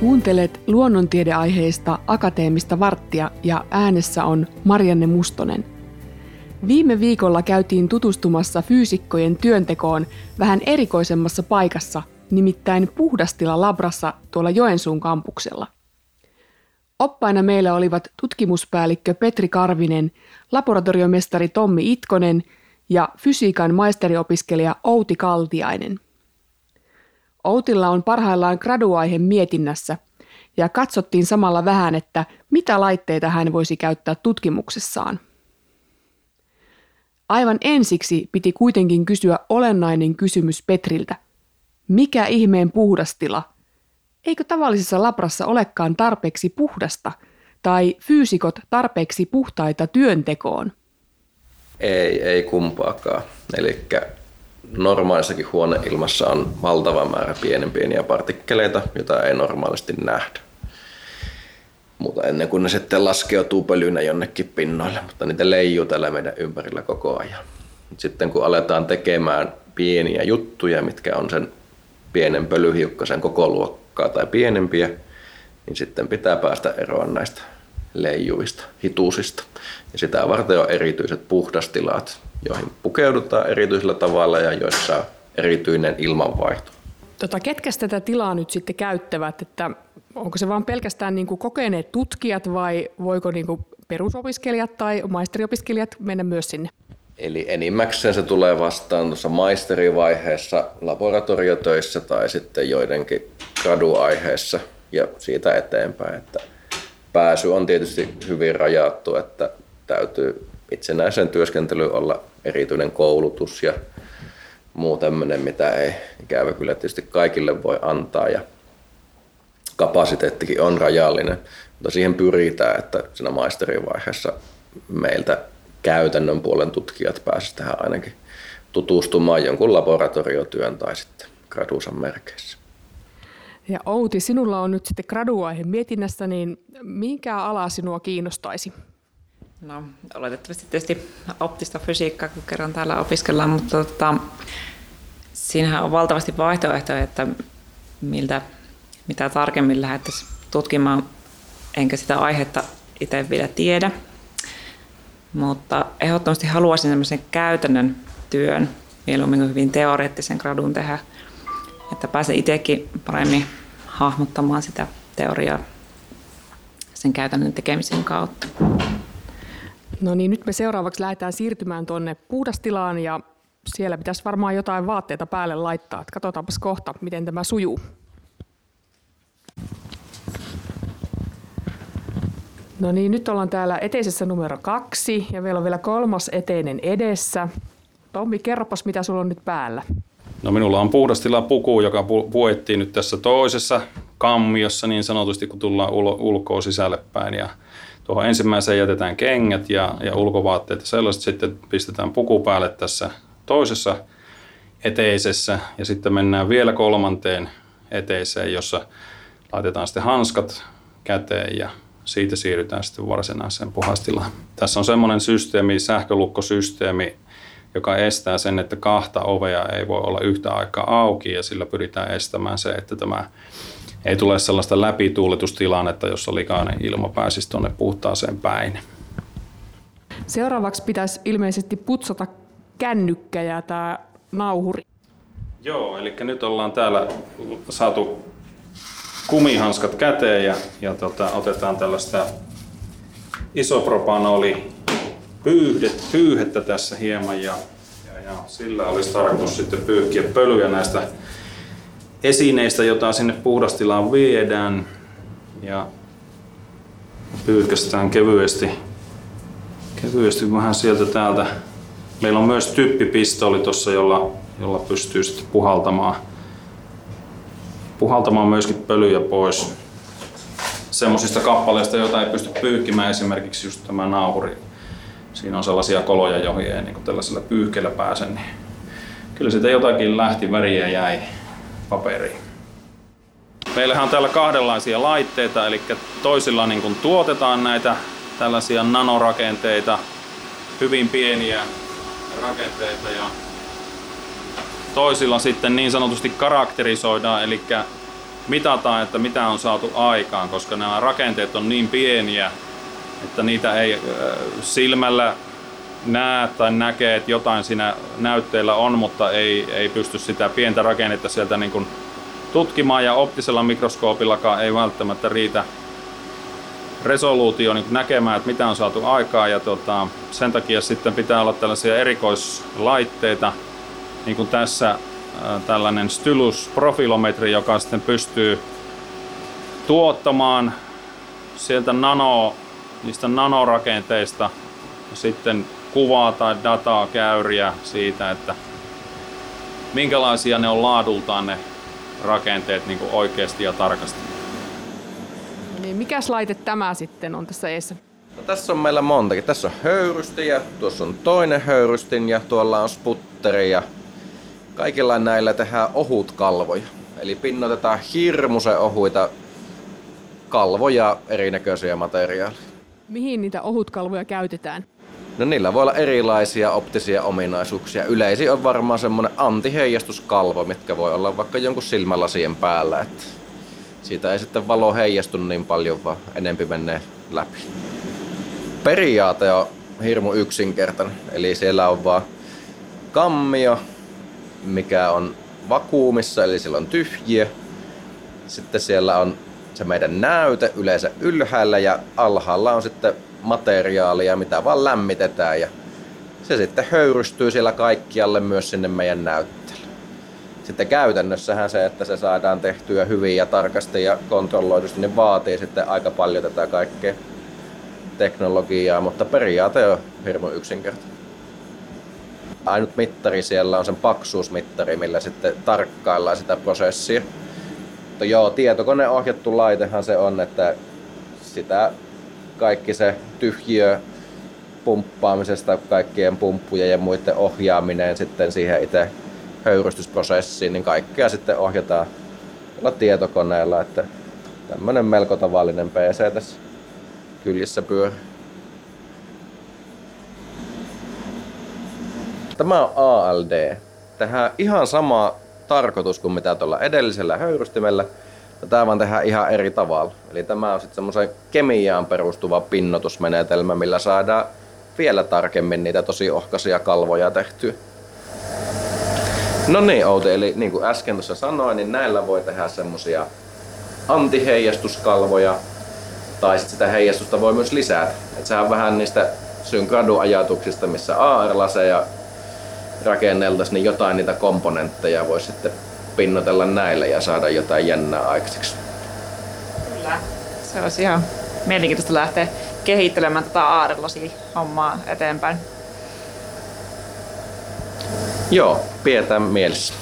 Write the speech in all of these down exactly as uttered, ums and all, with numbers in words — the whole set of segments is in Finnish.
Kuuntelet luonnontiedeaiheista akateemista varttia ja äänessä on Marianne Mustonen. Viime viikolla käytiin tutustumassa fyysikkojen työntekoon vähän erikoisemmassa paikassa, nimittäin Puhdastila Labrassa tuolla Joensuun kampuksella. Oppaina meillä olivat tutkimuspäällikkö Petri Karvinen, laboratoriomestari Tommi Itkonen ja fysiikan maisteriopiskelija Outi Kaltiainen. Outilla on parhaillaan graduaihe mietinnässä ja katsottiin samalla vähän, että mitä laitteita hän voisi käyttää tutkimuksessaan. Aivan ensiksi piti kuitenkin kysyä olennainen kysymys Petriltä. Mikä ihmeen puhdastila? Eikö tavallisessa labrassa olekaan tarpeeksi puhdasta tai fyysikot tarpeeksi puhtaita työntekoon? Ei, ei kumpaakaan. Elikkä normaalissakin huoneilmassa on valtava määrä pienen pieniä partikkeleita, joita ei normaalisti nähdä. Mutta ennen kuin ne sitten laskeutuu pölynä jonnekin pinnoille, mutta niitä leijuu tällä meidän ympärillä koko ajan. Sitten kun aletaan tekemään pieniä juttuja, mitkä on sen pienen pölyhiukkasen koko luokkaa tai pienempiä, niin sitten pitää päästä eroon näistä leijuvista hituusista. Ja sitä varten on erityiset puhdastilat, joihin pukeudutaan erityisellä tavalla ja joissa on erityinen ilmanvaihto. Tota, ketkä tätä tilaa nyt sitten käyttävät? Että onko se vain pelkästään niin kuin kokeneet tutkijat vai voiko niin kuin perusopiskelijat tai maisteriopiskelijat mennä myös sinne? Eli enimmäkseen se tulee vastaan tuossa maisterivaiheessa laboratoriotöissä tai sitten joidenkin graduaiheessa ja siitä eteenpäin. Että pääsy on tietysti hyvin rajattu, että täytyy itsenäisen työskentelyyn olla erityinen koulutus ja muu tämmöinen, mitä ei ikävä kyllä tietysti kaikille voi antaa ja kapasiteettikin on rajallinen, mutta siihen pyritään, että siinä maisterivaiheessa meiltä käytännön puolen tutkijat pääsisivät tähän ainakin tutustumaan jonkun laboratoriotyön tai sitten gradusan merkeissä. Ja Outi, sinulla on nyt sitten graduaihe mietinnässä, niin mikä ala sinua kiinnostaisi? No, oletettavasti tietysti optista fysiikkaa, kun kerran täällä opiskellaan, mutta tota, siinähän on valtavasti vaihtoehtoja, että miltä, mitä tarkemmin lähdettäisiin tutkimaan, enkä sitä aihetta itse vielä tiedä. Mutta ehdottomasti haluaisin sellaisen käytännön työn, mieluummin kuin hyvin teoreettisen gradun tehdä, että pääsen itsekin paremmin hahmottamaan sitä teoriaa sen käytännön tekemisen kautta. No niin, nyt me seuraavaksi lähdetään siirtymään tuonne puhdastilaan ja siellä pitäisi varmaan jotain vaatteita päälle laittaa. Että katsotaanpas kohta, miten tämä sujuu. No niin, nyt ollaan täällä eteisessä numero kaksi ja meillä on vielä kolmas eteinen edessä. Tommi, kerropas, mitä sulla on nyt päällä. No minulla on puhdastilapuku, joka puettiin nyt tässä toisessa kammiossa niin sanotusti, kun tullaan ul- ulkoa sisälle päin. Ja tuohon ensimmäiseen jätetään kengät ja, ja ulkovaatteet ja sellaiset. Sitten pistetään puku päälle tässä toisessa eteisessä ja sitten mennään vielä kolmanteen eteiseen, jossa laitetaan sitten hanskat käteen ja siitä siirrytään sitten varsinaiseen puhdastilaan. Tässä on semmoinen systeemi, sähkölukkosysteemi, joka estää sen, että kahta ovea ei voi olla yhtä aikaa auki ja sillä pyritään estämään se, että tämä ei tule sellaista läpituuletustilannetta, jossa likainen ilma pääsisi tuonne puhtaaseen päin. Seuraavaksi pitäisi ilmeisesti putsata kännykkä ja tämä nauhuri. Joo, eli nyt ollaan täällä saatu kumihanskat käteen ja, ja tota, otetaan tällaista isopropanoli pyyhet, pyyhettä tässä hieman ja, ja, ja sillä olisi tarkoitus sitten pyyhkiä pölyjä näistä esineistä, jota sinne puhdastilaan viedään ja pyyhkästään kevyesti, kevyesti vähän sieltä täältä. Meillä on myös typpipistoli tuossa, jolla, jolla pystyy sitten puhaltamaan, puhaltamaan myöskin pölyjä pois semmoisista kappaleista, joita ei pysty pyyhkimään, esimerkiksi just tämä nauhuri. Siinä on sellaisia koloja, joihin ei niin tällaisella pyyhkeellä pääse, niin kyllä siitä jotakin lähti, väriä jäi paperiin. Meillähän on täällä kahdenlaisia laitteita, eli toisilla niin kuin tuotetaan näitä tällaisia nanorakenteita, hyvin pieniä rakenteita ja toisilla sitten niin sanotusti karakterisoidaan, eli mitataan, että mitä on saatu aikaan, koska nämä rakenteet on niin pieniä, että niitä ei silmällä näe tai näkee, että jotain siinä näytteellä on, mutta ei, ei pysty sitä pientä rakennetta sieltä niin kuin tutkimaan, ja optisella mikroskoopillakaan ei välttämättä riitä resoluutio niin näkemään, että mitä on saatu aikaa, ja tota, sen takia sitten pitää olla tällaisia erikoislaitteita, niin kuin tässä ä, tällainen Stylus-profilometri, joka sitten pystyy tuottamaan sieltä nano, niistä nanorakenteista sitten kuvaa tai dataa, käyriä siitä, että minkälaisia ne on laadultaan ne rakenteet niin kuin oikeasti ja tarkasti. Niin mikäs laite tämä sitten on tässä eessä? No, tässä on meillä montakin. Tässä on höyrystin ja tuossa on toinen höyrystin ja tuolla on sputteri ja kaikilla näillä tehdään ohutkalvoja. Eli pinnoitetaan hirmuisen ohuita kalvoja erinäköisiä materiaaleja. Mihin niitä ohutkalvoja käytetään? No niillä voi olla erilaisia optisia ominaisuuksia. Yleisin on varmaan semmoinen antiheijastuskalvo, mitkä voi olla vaikka jonkun silmälasien päällä. Että siitä ei sitten valo heijastu niin paljon, vaan enempi menee läpi. Periaate on hirmu yksinkertainen. Eli siellä on vaan kammio, mikä on vakuumissa, eli siellä on tyhjiö. Sitten siellä on se meidän näyte yleensä ylhäällä ja alhaalla on sitten materiaalia, mitä vaan lämmitetään ja se sitten höyrystyy siellä kaikkialle myös sinne meidän näytteelle. Sitten käytännössähän se, että se saadaan tehtyä hyvin ja tarkasti ja kontrolloidusti, niin vaatii sitten aika paljon tätä kaikkea teknologiaa, mutta periaate on hirmu yksinkertainen. Ainut mittari siellä on sen paksuusmittari, millä sitten tarkkaillaan sitä prosessia. Mutta joo, tietokoneohjattu laitehan se on, että sitä kaikki se tyhjiö pumppaamisesta, kaikkien pumppujen ja muiden ohjaaminen sitten siihen itse höyrystysprosessiin, niin kaikkea sitten ohjataan tietokoneella, että tämmönen melko tavallinen P C tässä kyljessä pyörii. Tämä on A L D. Tehdään ihan sama tarkoitus kuin mitä tuolla edellisellä höyrystimellä. Tämä vaan tehdään ihan eri tavalla. Eli tämä on sitten semmoisen kemiaan perustuva pinnotusmenetelmä, millä saadaan vielä tarkemmin niitä tosi ohkaisia kalvoja tehtyä. No niin, Outi, eli niin kuin äsken tuossa sanoin, niin näillä voi tehdä semmosia antiheijastuskalvoja, tai sit sitä heijastusta voi myös lisätä. Et sehän on vähän niistä syyn graduajatuksista, missä A R-laseja rakenneltaisiin, niin jotain niitä komponentteja voi sitten pinnotella näillä ja saada jotain jännää aikaiseksi. Kyllä. Se olisi ihan mielenkiintoista lähteä kehittelemään tätä A R-lasi-hommaa eteenpäin. Joo, pidetään mielessä.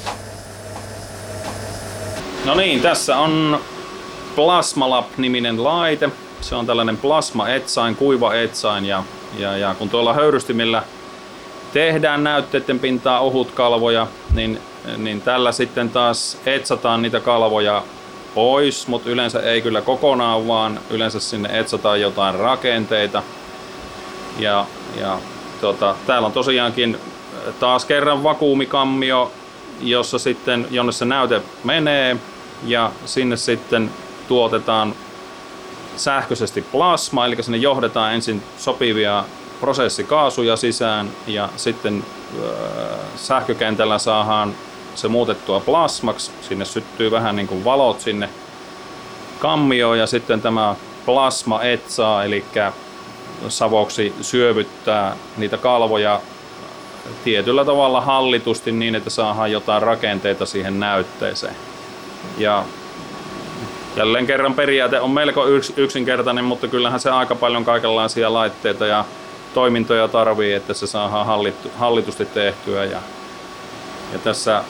No niin, tässä on Plasmalab-niminen laite. Se on tällainen plasma-etsain, kuiva etsain ja, ja, ja kun tuolla höyrystimillä tehdään näytteiden pintaa ohutkalvoja, niin, niin tällä sitten taas etsataan niitä kalvoja pois, mutta yleensä ei kyllä kokonaan, vaan yleensä sinne etsataan jotain rakenteita. Ja, ja tota, täällä on tosiaankin taas kerran vakuumikammio, jossa sitten, jonne se näyte menee, ja sinne sitten tuotetaan sähköisesti plasma, eli sinne johdetaan ensin sopivia prosessikaasuja sisään, ja sitten äh, sähkökentällä saadaan se muutettua plasmaksi. Sinne syttyy vähän niin kuin valot sinne kammioon, ja sitten tämä plasma etsaa, eli savoksi syövyttää niitä kalvoja tietyllä tavalla hallitusti niin, että saadaan jotain rakenteita siihen näytteeseen. Ja jälleen kerran periaate on melko yksinkertainen, mutta kyllähän se aika paljon kaikenlaisia laitteita ja toimintoja tarvii, että se saadaan hallittu, hallitusti tehtyä. Ja, ja tässä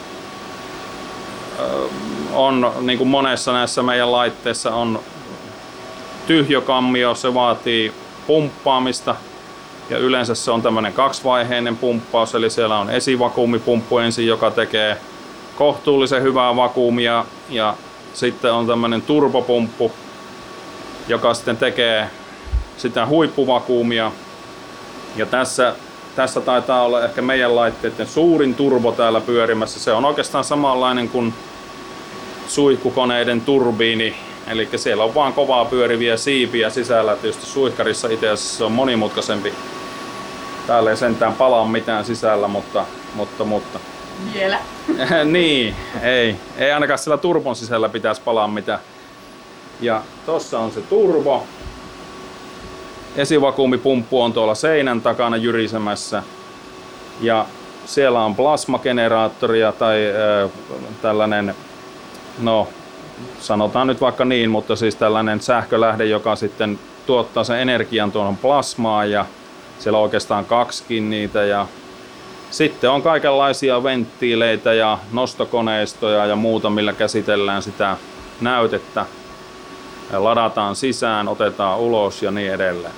on, niin kuin monessa näissä meidän laitteissa on tyhjökammio, se vaatii pumppaamista. Ja yleensä se on tämmöinen kaksivaiheinen pumppaus, eli siellä on esivakuumipumppu ensin, joka tekee kohtuullisen hyvää vakuumia, ja sitten on tämmöinen turbopumppu, joka sitten tekee sitä huippuvakuumia. Ja tässä, tässä taitaa olla ehkä meidän laitteiden suurin turbo täällä pyörimässä. Se on oikeastaan samanlainen kuin suihkukoneiden turbiini. Eli siellä on vaan kovaa pyöriviä siipiä sisällä. Tietysti suihkarissa itse asiassa se on monimutkaisempi. Täällä ei sentään palaa mitään sisällä, mutta... mutta, mutta. Vielä. Niin, ei. Ei ainakaan sillä turbon sisällä pitäisi palaa mitään. Ja tossa on se turbo. Esivakuumipumppu on tuolla seinän takana jyrisemässä. Ja siellä on plasmageneraattoria tai äh, tällainen, no sanotaan nyt vaikka niin, mutta siis tällainen sähkölähde, joka sitten tuottaa sen energian tuohon plasmaan ja siellä on oikeastaan kaksikin niitä ja sitten on kaikenlaisia venttiileitä ja nostokoneistoja ja muuta, millä käsitellään sitä näytettä. Ja ladataan sisään, otetaan ulos ja niin edelleen.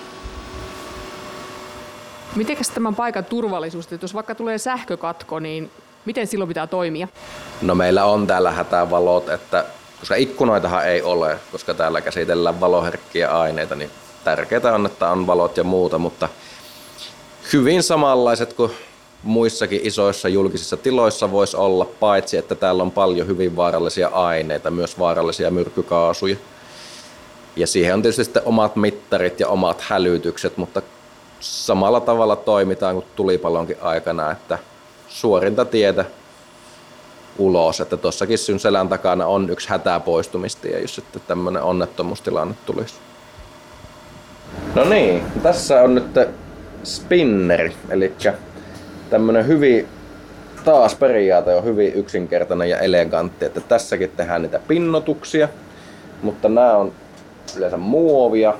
Mitenkäs tämän paikan turvallisuus, että jos vaikka tulee sähkökatko, niin miten silloin pitää toimia? No meillä on täällä hätävalot, että koska ikkunoitahan ei ole, koska täällä käsitellään valoherkkiä aineita, niin tärkeää on, että on valot ja muuta, mutta hyvin samanlaiset kuin muissakin isoissa julkisissa tiloissa voisi olla, paitsi että täällä on paljon hyvin vaarallisia aineita, myös vaarallisia myrkkykaasuja. Ja siihen on tietysti sitten omat mittarit ja omat hälytykset, mutta samalla tavalla toimitaan kuin tulipalonkin aikana, että suorinta tietä ulos. Että tuossakin sun selän takana on yksi hätäpoistumistie, jos sitten tämmöinen onnettomuustilanne tulisi. No niin, tässä on nyt spinneri, eli tämmöinen hyvin, taas periaate on hyvin yksinkertainen ja elegantti, että tässäkin tehdään niitä pinnotuksia, mutta nämä on yleensä muovia,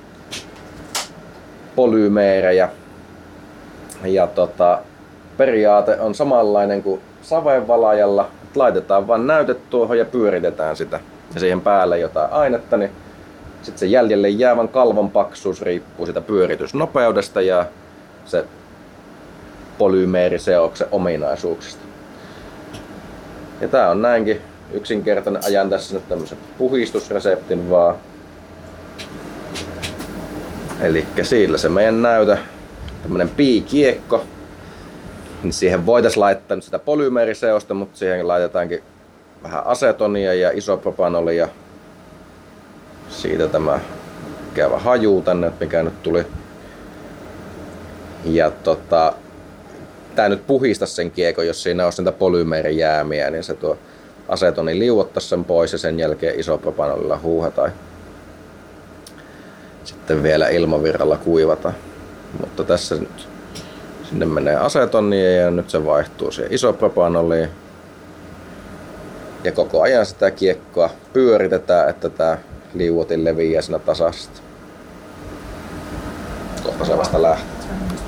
polymeerejä ja tota, periaate on samanlainen kuin savenvalajalla, että laitetaan vain näytet tuohon ja pyöritetään sitä ja siihen päälle jotain ainetta, niin sitten se jäljelle jäävän kalvon paksuus riippuu siitä pyöritysnopeudesta ja se polymeeriseoksen ominaisuuksista. Ja tää on näinkin yksinkertainen, ajan tässä nyt tämmöisen puhistusreseptin vaan. Elikkä sillä se meidän näytä, tämmönen piikiekko, niin siihen voitaisiin laittaa nyt sitä polymeeriseosta, mutta siihen laitetaankin vähän asetonia ja isopropanolia. Siitä tämä käyvä haju tänne, mikä nyt tuli. Ja tota, tää nyt puhistas sen kiekon, jos siinä olisi niitä polymeerijäämiä, niin se tuo asetoni liuottaisi sen pois ja sen jälkeen isopropanolilla huuhataan. Sitten vielä ilmavirralla kuivata. Mutta tässä nyt sinne menee asetonia ja nyt se vaihtuu siihen isopropanoliin. Ja koko ajan sitä kiekkoa pyöritetään, että tää liuotin leviää siinä tasaisesti. Kohta se vasta lähtee.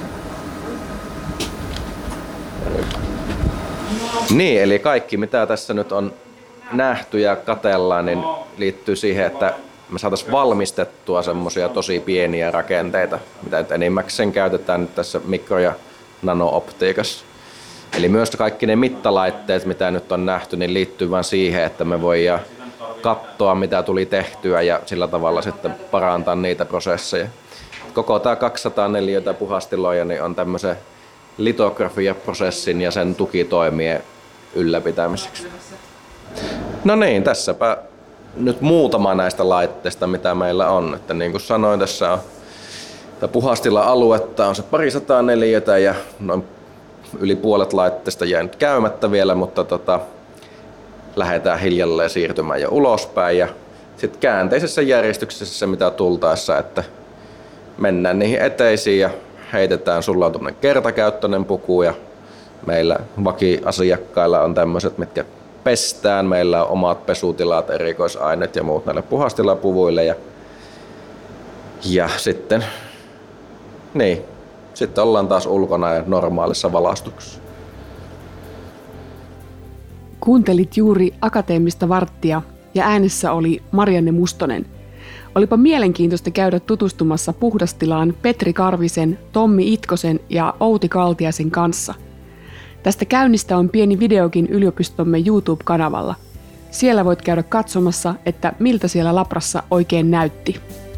Niin, eli kaikki mitä tässä nyt on nähty ja katsellaan, niin liittyy siihen, että me saataisiin valmistettua semmosia tosi pieniä rakenteita, mitä nyt enimmäkseen käytetään nyt tässä mikro- ja nano-optiikassa. Eli myös kaikki ne mittalaitteet, mitä nyt on nähty, niin liittyy vain siihen, että me voidaan katsoa, mitä tuli tehtyä ja sillä tavalla sitten parantaa niitä prosesseja. Koko tämä kaksisataaneljä puhastiloja niin on tämmöisen litografiaprosessin ja sen tukitoimien ylläpitämiseksi. No niin, tässäpä nyt muutama näistä laitteista, mitä meillä on. Että niin kuin sanoin, tässä on puhastila-aluetta on se parisataa neliötä ja noin yli puolet laitteista jäi nyt käymättä vielä, mutta tota, lähdetään hiljalleen siirtymään jo ulospäin. Ja sitten käänteisessä järjestyksessä se, mitä tultaessa, että mennään niihin eteisiin ja heitetään, sulla on tuommoinen kertakäyttöinen puku ja meillä vakiasiakkailla on tämmöiset, mitkä pestään. Meillä on omat pesutilat, erikoisaineet ja muut näille puhastilapuvuille ja, ja sitten, niin, sitten ollaan taas ulkona ja normaalissa valastuksessa. Kuuntelit juuri Akateemista varttia ja äänessä oli Marianne Mustonen. Olipa mielenkiintoista käydä tutustumassa puhdastilaan Petri Karvisen, Tommi Itkosen ja Outi Kaltiaisen kanssa. Tästä käynnistä on pieni videokin yliopistomme YouTube-kanavalla. Siellä voit käydä katsomassa, että miltä siellä labrassa oikein näytti.